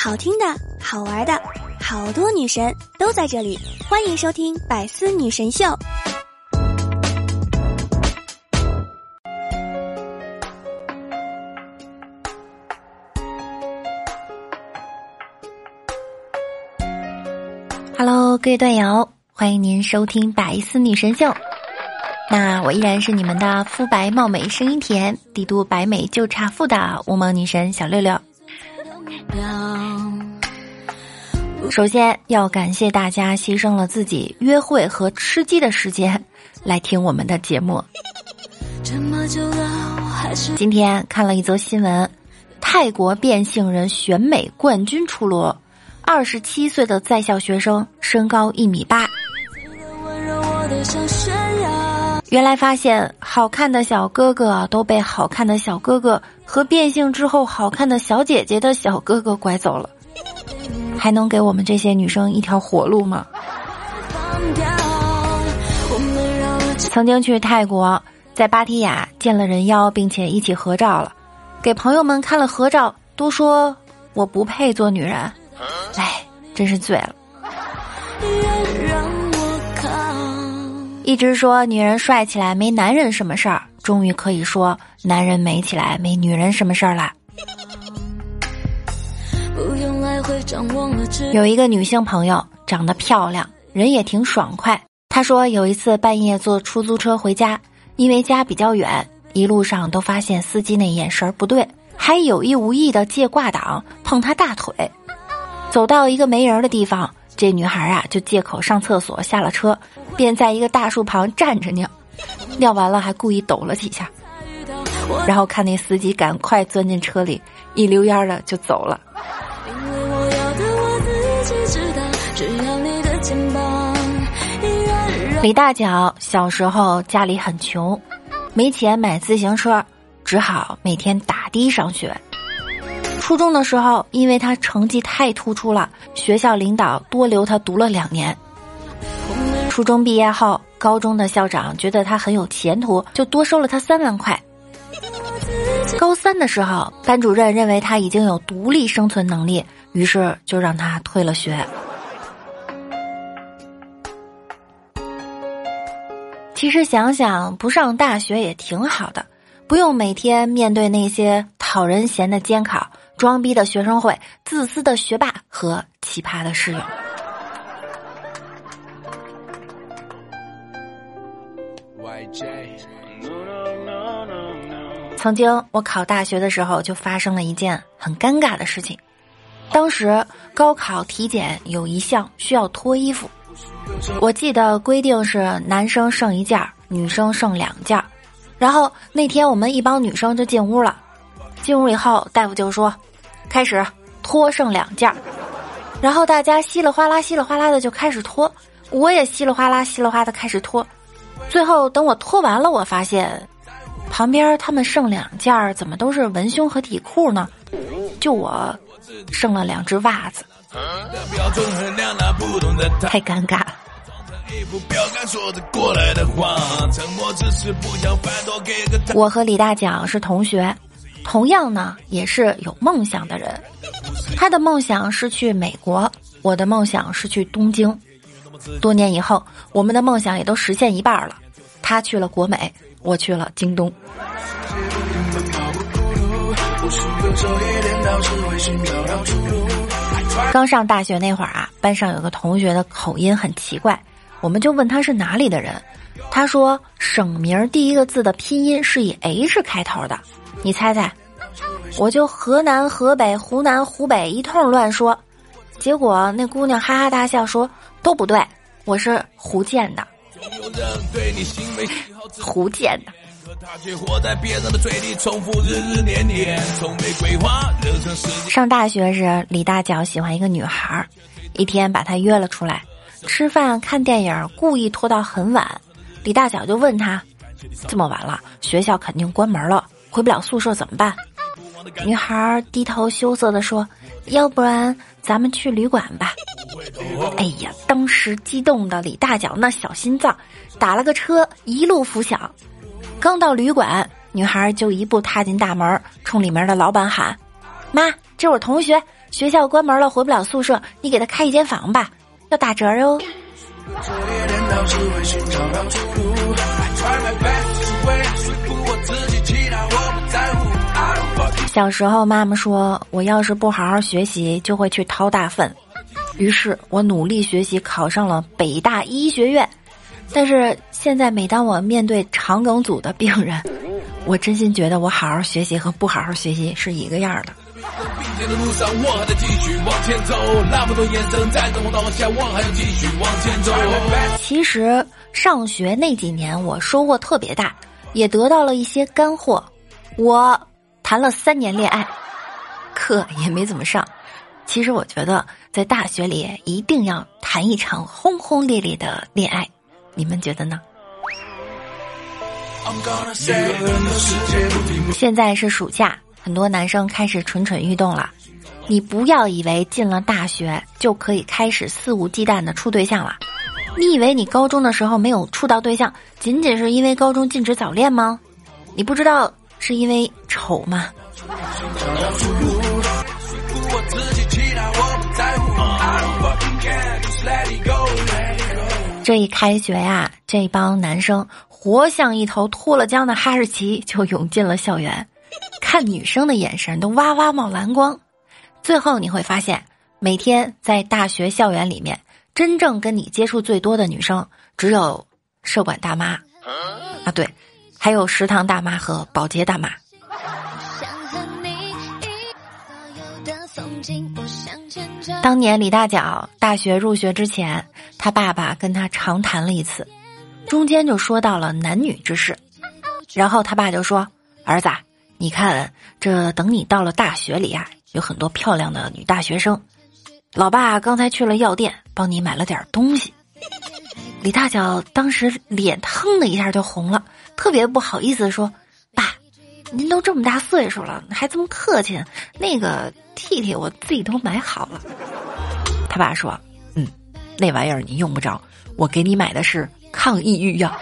好听的，好玩的，好多女神都在这里，欢迎收听百思女神秀。 Hello， 各位段友，欢迎您收听百思女神秀。那我依然是你们的肤白貌美声音甜，帝都白美就差富的无萌女神小六六。首先要感谢大家牺牲了自己约会和吃鸡的时间来听我们的节目。今天看了一则新闻，泰国变性人选美冠军出炉，27岁的在校学生身高1.8米。原来发现好看的小哥哥都被好看的小哥哥和变性之后好看的小姐姐的小哥哥拐走了，还能给我们这些女生一条活路吗？曾经去泰国，在芭提雅见了人妖，并且一起合照了，给朋友们看了合照，都说我不配做女人，哎，真是醉了。一直说女人帅起来没男人什么事儿，终于可以说男人美起来没女人什么事儿了。有一个女性朋友长得漂亮，人也挺爽快。她说有一次半夜坐出租车回家，因为家比较远，一路上都发现司机那眼神不对，还有意无意的借挂挡碰她大腿。走到一个没人的地方，这女孩就借口上厕所下了车，便在一个大树旁站着尿，尿完了还故意抖了几下，然后看那司机赶快钻进车里，一溜烟的就走了。李大脚小时候家里很穷，没钱买自行车，只好每天打的上学。初中的时候，因为他成绩太突出了，学校领导多留他读了2年。初中毕业后，高中的校长觉得他很有前途，就多收了他3万块。高3的时候，班主任认为他已经有独立生存能力，于是就让他退了学。其实想想，不上大学也挺好的，不用每天面对那些讨人嫌的监考、装逼的学生会、自私的学霸和奇葩的室友。曾经我考大学的时候，就发生了一件很尴尬的事情。当时高考体检有一项需要脱衣服，我记得规定是男生剩1件，女生剩2件。然后那天我们一帮女生就进屋了，进屋以后大夫就说开始脱剩2件，然后大家稀里哗啦稀里哗啦的就开始脱，我也稀里哗啦稀里哗啦的开始脱。最后等我脱完了，我发现旁边他们剩2件怎么都是文胸和底裤呢？就我剩了2只袜子，太尴尬了。我和李大脚是同学，同样呢也是有梦想的人。他的梦想是去美国，我的梦想是去东京。多年以后，我们的梦想也都实现一半了。他去了国美，我去了京东。刚上大学那会儿班上有个同学的口音很奇怪，我们就问他是哪里的人，他说省名第一个字的拼音是以 H 开头的，你猜猜？我就河南、河北、湖南、湖北一通乱说，结果那姑娘哈哈大笑说都不对，我是福建的。福建的。上大学时，李大脚喜欢一个女孩，一天把她约了出来吃饭看电影，故意拖到很晚。李大脚就问她，这么晚了，学校肯定关门了，回不了宿舍怎么办？女孩低头羞涩地说，要不然咱们去旅馆吧。哎呀，当时激动的李大脚那小心脏打了个车，一路拂晓。刚到旅馆，女孩就一步踏进大门，冲里面的老板喊，妈，这我同学， 学校关门了，回不了宿舍，你给他开一间房吧，要打折哦。小时候妈妈说我要是不好好学习就会去掏大粪，于是我努力学习考上了北大医学院。但是现在每当我面对肠梗阻的病人，我真心觉得我好好学习和不好好学习是一个样的。其实上学那几年我收获特别大，也得到了一些干货。我谈了3年恋爱，课也没怎么上。其实我觉得在大学里一定要谈一场轰轰烈烈的恋爱，你们觉得呢？现在是暑假，很多男生开始蠢蠢欲动了。你不要以为进了大学就可以开始肆无忌惮的处对象了。你以为你高中的时候没有处到对象，仅仅是因为高中禁止早恋吗？你不知道是因为丑吗？这一开学呀，这帮男生活像一头脱了缰的哈士奇就涌进了校园，看女生的眼神都哇哇冒蓝光。最后你会发现，每天在大学校园里面，真正跟你接触最多的女生只有社管大妈啊，对，还有食堂大妈和保洁大妈。当年李大脚大学入学之前，他爸爸跟他长谈了一次，中间就说到了男女之事。然后他爸就说，儿子，你看这等你到了大学里啊，有很多漂亮的女大学生，老爸刚才去了药店帮你买了点东西。李大脚当时脸腾的一下就红了，特别不好意思说，爸，您都这么大岁数了还这么客气，那个T T我自己都买好了。他爸说，那玩意儿你用不着，我给你买的是抗抑郁药。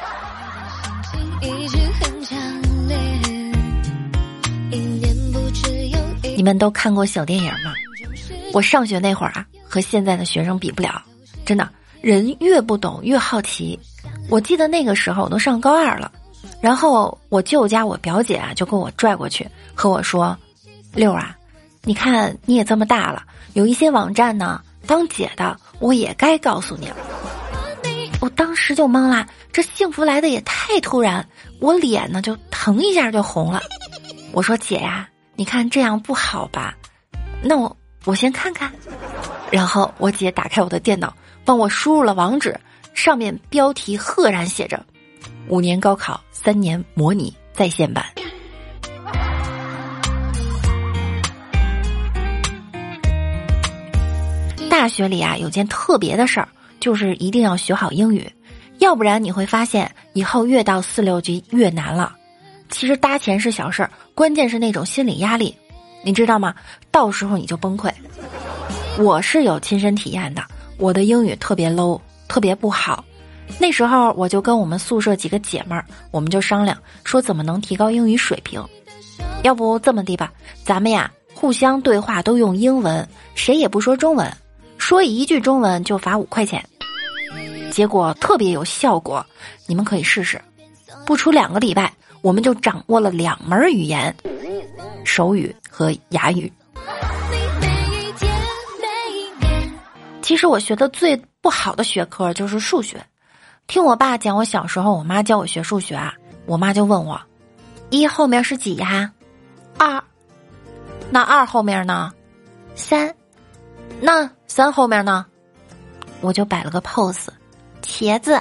你们都看过小电影吗？我上学那会儿啊，和现在的学生比不了，真的，人越不懂越好奇。我记得那个时候我都上高2了，然后我舅家我表姐啊就给我拽过去和我说，六啊，你看你也这么大了，有一些网站呢，当姐的我也该告诉你了。我当时就懵了，这幸福来的也太突然，我脸呢就腾一下就红了。我说，姐呀，你看这样不好吧，那我先看看。然后我姐打开我的电脑，帮我输入了网址，上面标题赫然写着5年高考3年模拟在线版。大学里啊，有件特别的事儿，就是一定要学好英语，要不然你会发现以后越到4、6级越难了。其实搭钱是小事儿，关键是那种心理压力，你知道吗？到时候你就崩溃。我是有亲身体验的，我的英语特别 low， 特别不好。那时候我就跟我们宿舍几个姐妹儿，我们就商量说怎么能提高英语水平。要不这么地吧，咱们呀互相对话都用英文，谁也不说中文，说一句中文就罚5块钱。结果特别有效果，你们可以试试。不出2个礼拜，我们就掌握了2门语言，手语和哑语。其实我学的最不好的学科就是数学。听我爸讲我小时候我妈教我学数学啊，我妈就问我，1后面是几呀？2。那2后面呢？3。那3后面呢？我就摆了个 pose， 茄子。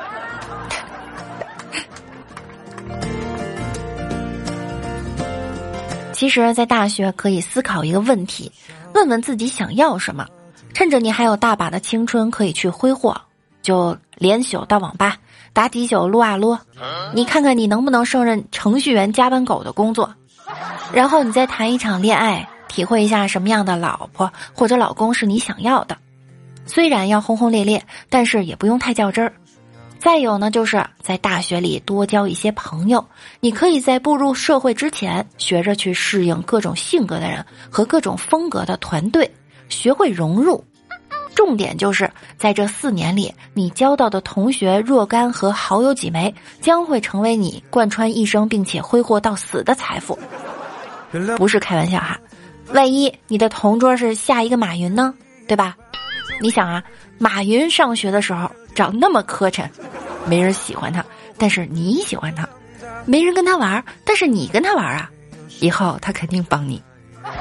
其实在大学可以思考一个问题，问问自己想要什么，趁着你还有大把的青春可以去挥霍，就连宿到网吧打几宿撸啊撸，你看看你能不能胜任程序员加班狗的工作，然后你再谈一场恋爱，体会一下什么样的老婆或者老公是你想要的。虽然要轰轰烈烈，但是也不用太较真儿。 再有呢，就是在大学里多交一些朋友，你可以在步入社会之前，学着去适应各种性格的人和各种风格的团队，学会融入。重点就是在这4年里，你交到的同学若干和好友几枚，将会成为你贯穿一生并且挥霍到死的财富。不是开玩笑哈，万一你的同桌是下一个马云呢，对吧？你想啊，马云上学的时候长那么磕碜，没人喜欢他，但是你喜欢他；没人跟他玩，但是你跟他玩啊，以后他肯定帮你。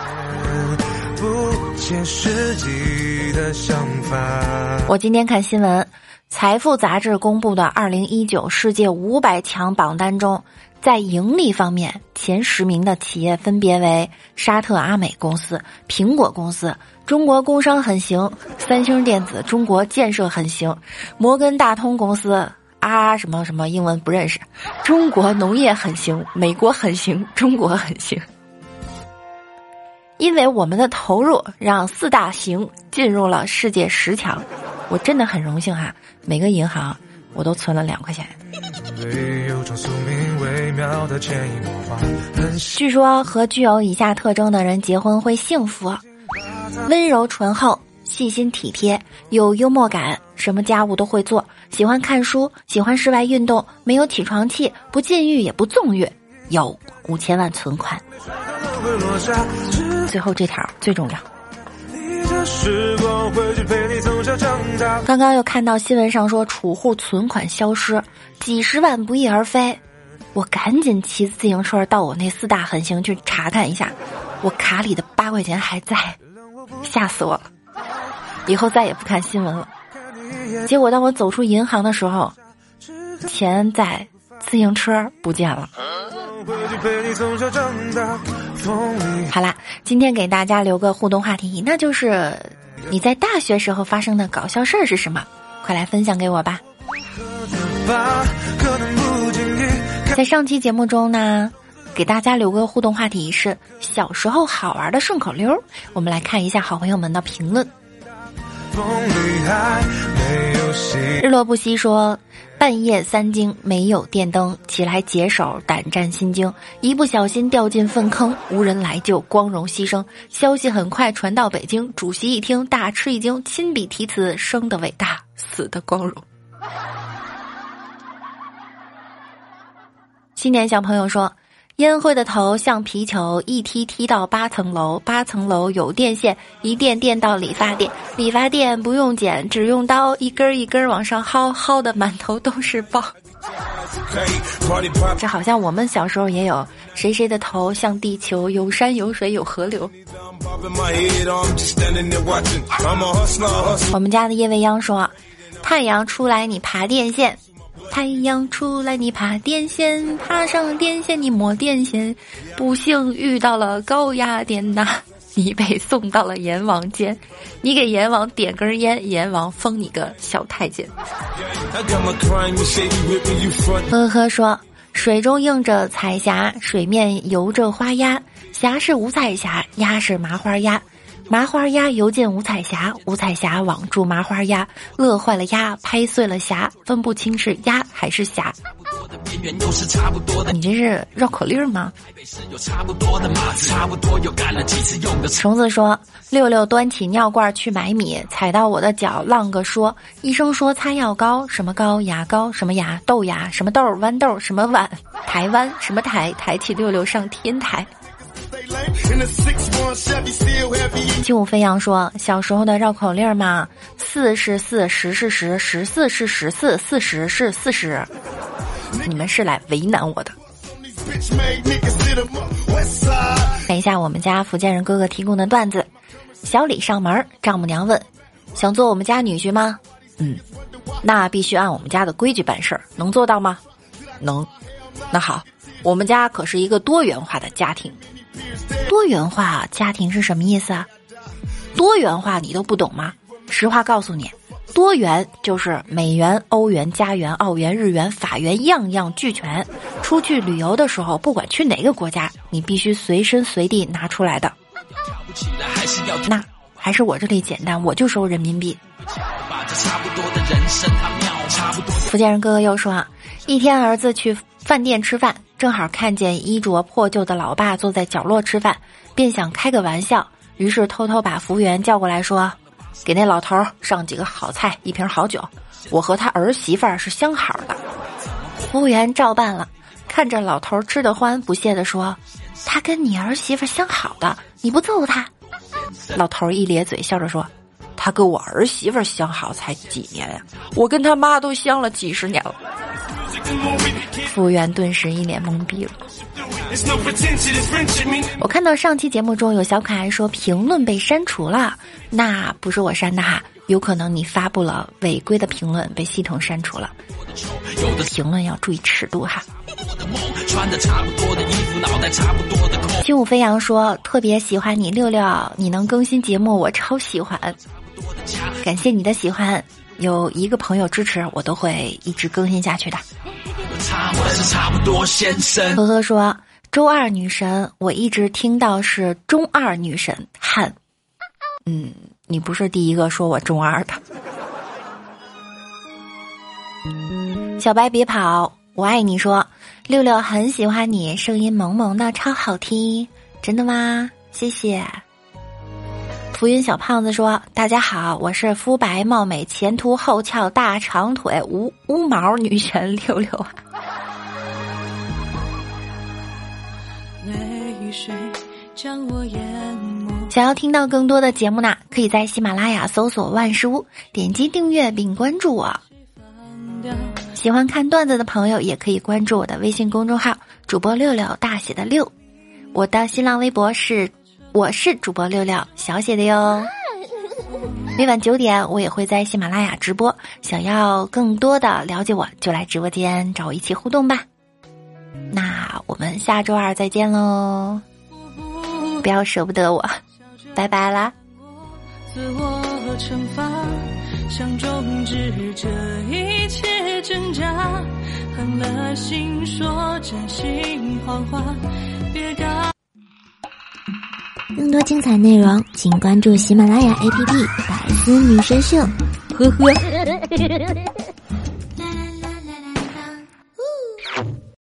我今天看新闻，财富杂志公布的2019世界500强榜单中，在盈利方面前10名的企业分别为沙特阿美公司、苹果公司、中国工商很行、三星电子中国建设很行、摩根大通公司什么什么英文不认识，中国农业很行、美国很行、中国很行。因为我们的投入让4大行进入了世界10强，我真的很荣幸哈，每个银行我都存了2块钱。据说和具有以下特征的人结婚会幸福：温柔醇厚、细心体贴、有幽默感，什么家务都会做，喜欢看书，喜欢室外运动，没有起床气，不禁欲也不纵欲，有5000万存款。最后这条最重要。刚刚又看到新闻上说储户存款消失，几十万不翼而飞，我赶紧骑自行车到我那4大狠行去查看一下，我卡里的8块钱还在，吓死我了，以后再也不看新闻了。结果当我走出银行的时候，钱在，自行车不见了。好啦，今天给大家留个互动话题，那就是你在大学时候发生的搞笑事儿是什么？快来分享给我吧。在上期节目中呢，给大家留个互动话题是小时候好玩的顺口溜，我们来看一下好朋友们的评论。日落不息说，半夜3更没有电灯，起来解手，胆战心惊，一不小心掉进粪坑，无人来救，光荣牺牲。消息很快传到北京，主席一听大吃一惊，亲笔题词，生的伟大，死的光荣。新年小朋友说，烟灰的头像皮球，一踢踢到8层楼，8层楼有电线，一电电到理发店，理发店不用剪，只用刀，一根一根往上薅，薅的满头都是包。这好像我们小时候也有，谁谁的头像地球，有山有水有河流。我们家的叶未央说，太阳出来你爬电线，太阳出来你爬电线，爬上电线你摸电线，不幸遇到了高压电呐，你被送到了阎王间，你给阎王点根烟，阎王封你个小太监。呵呵说，水中映着彩霞，水面游着花鸭，霞是五彩霞，鸭是麻花鸭，麻花鸭游进五彩霞，五彩霞网住麻花鸭，乐坏了鸭，拍碎了霞，分不清是鸭还是霞。你这是绕口令吗？虫子说，六六端起尿罐去买米，踩到我的脚，浪个说，医生说擦药膏，什么膏？牙膏，什么牙？豆芽，什么豆？豌豆，什么碗？台湾，什么台？抬起六六上天台。金武飞扬说，小时候的绕口令嘛，4是4，10是10，14是14，40是40。你们是来为难我的。看一下我们家福建人哥哥提供的段子。小李上门，丈母娘问，想做我们家女婿吗？那必须按我们家的规矩办事儿，能做到吗？能。那好，我们家可是一个多元化的家庭。多元化家庭是什么意思啊？多元化你都不懂吗？实话告诉你，多元就是美元、欧元、加元、澳元、日元、法元样样俱全。出去旅游的时候，不管去哪个国家，你必须随身随地拿出来的。那还是我这里简单，我就收人民币。 福建人哥哥又说，一天儿子去饭店吃饭，正好看见衣着破旧的老爸坐在角落吃饭，便想开个玩笑，于是偷偷把服务员叫过来说，给那老头上几个好菜，一瓶好酒，我和他儿媳妇儿是相好的。服务员照办了，看着老头吃得欢，不屑地说，他跟你儿媳妇相好的，你不揍他？老头一咧嘴笑着说，他跟我儿媳妇相好才几年呀，我跟他妈都相了几十年了。服务员顿时一脸懵逼了。我看到上期节目中有小可爱说评论被删除了，那不是我删的哈，有可能你发布了违规的评论被系统删除了，评论要注意尺度哈。轻舞飞扬说特别喜欢你六六，你能更新节目我超喜欢，感谢你的喜欢，有一个朋友支持我都会一直更新下去的。呵呵说周二女神，我一直听到是中二女神汉，你不是第一个说我中二的。小白别跑，我爱你说六六很喜欢你，声音萌萌的超好听，真的吗？谢谢。浮云小胖子说大家好，我是肤白貌美前凸后翘大长腿无毛女神六六啊。想要听到更多的节目呢，可以在喜马拉雅搜索万事屋，点击订阅并关注我。喜欢看段子的朋友也可以关注我的微信公众号主播六六大写的6，我的新浪微博是我是主播六六小写的哟。每晚9点我也会在喜马拉雅直播，想要更多的了解我就来直播间找我一起互动吧。那我们下周二再见喽，不要舍不得我，拜拜啦。自我惩罚想终止这一切挣扎，狠了心说真心谎话，别告。 更多精彩内容请关注喜马拉雅 APP 百思女神秀，呵呵。